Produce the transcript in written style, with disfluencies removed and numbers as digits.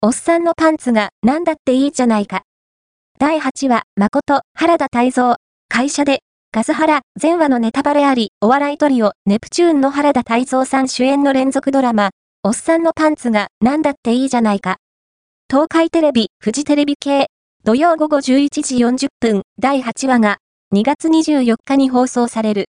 おっさんのパンツがなんだっていいじゃないか。第8話、誠、原田泰造。会社で、カズハラ、前話のネタバレあり、お笑いトリオ、ネプチューンの原田泰造さん主演の連続ドラマ、おっさんのパンツがなんだっていいじゃないか。東海テレビ、フジテレビ系、土曜午後11時40分、第8話が2月24日に放送される。